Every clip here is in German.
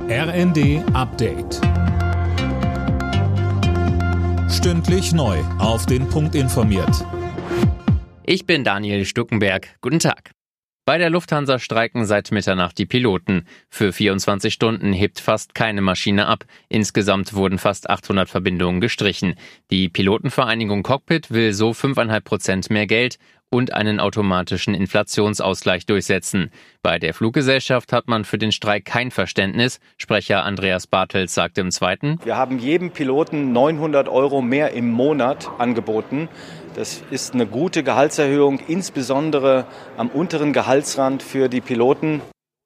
RND Update. Stündlich neu auf den Punkt informiert. Ich bin Daniel Stuckenberg. Guten Tag. Bei der Lufthansa streiken seit Mitternacht die Piloten. Für 24 Stunden hebt fast keine Maschine ab. Insgesamt wurden fast 800 Verbindungen gestrichen. Die Pilotenvereinigung Cockpit will so 5,5% mehr Geld und einen automatischen Inflationsausgleich durchsetzen. Bei der Fluggesellschaft hat man für den Streik kein Verständnis. Sprecher Andreas Bartels sagte im Zweiten: Wir haben jedem Piloten 900 € mehr im Monat angeboten. Das ist eine gute Gehaltserhöhung, insbesondere am unteren Gehaltsrand für die Piloten.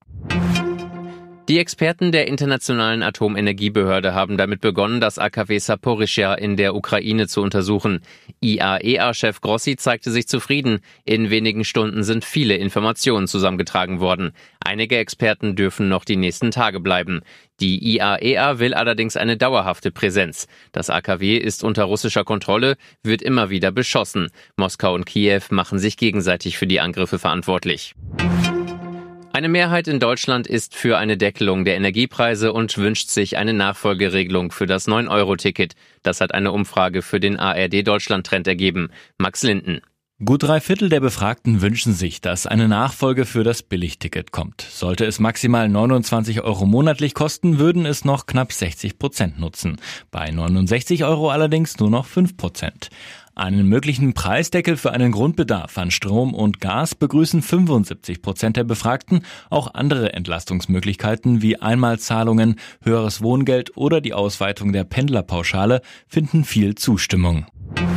Die Experten der Internationalen Atomenergiebehörde haben damit begonnen, das AKW Saporischschja in der Ukraine zu untersuchen. IAEA-Chef Grossi zeigte sich zufrieden. In wenigen Stunden sind viele Informationen zusammengetragen worden. Einige Experten dürfen noch die nächsten Tage bleiben. Die IAEA will allerdings eine dauerhafte Präsenz. Das AKW ist unter russischer Kontrolle, wird immer wieder beschossen. Moskau und Kiew machen sich gegenseitig für die Angriffe verantwortlich. Eine Mehrheit in Deutschland ist für eine Deckelung der Energiepreise und wünscht sich eine Nachfolgeregelung für das 9-Euro-Ticket. Das hat eine Umfrage für den ARD-Deutschland-Trend ergeben. Max Linden. Gut 3/4 der Befragten wünschen sich, dass eine Nachfolge für das Billigticket kommt. Sollte es maximal 29 € monatlich kosten, würden es noch knapp 60% nutzen. Bei 69 € allerdings nur noch 5%. Einen möglichen Preisdeckel für einen Grundbedarf an Strom und Gas begrüßen 75% der Befragten. Auch andere Entlastungsmöglichkeiten wie Einmalzahlungen, höheres Wohngeld oder die Ausweitung der Pendlerpauschale finden viel Zustimmung.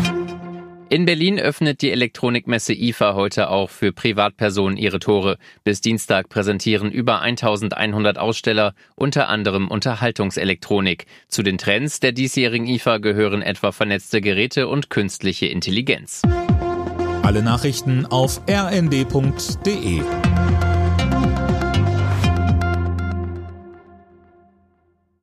In Berlin öffnet die Elektronikmesse IFA heute auch für Privatpersonen ihre Tore. Bis Dienstag präsentieren über 1100 Aussteller, unter anderem Unterhaltungselektronik. Zu den Trends der diesjährigen IFA gehören etwa vernetzte Geräte und künstliche Intelligenz. Alle Nachrichten auf rnd.de.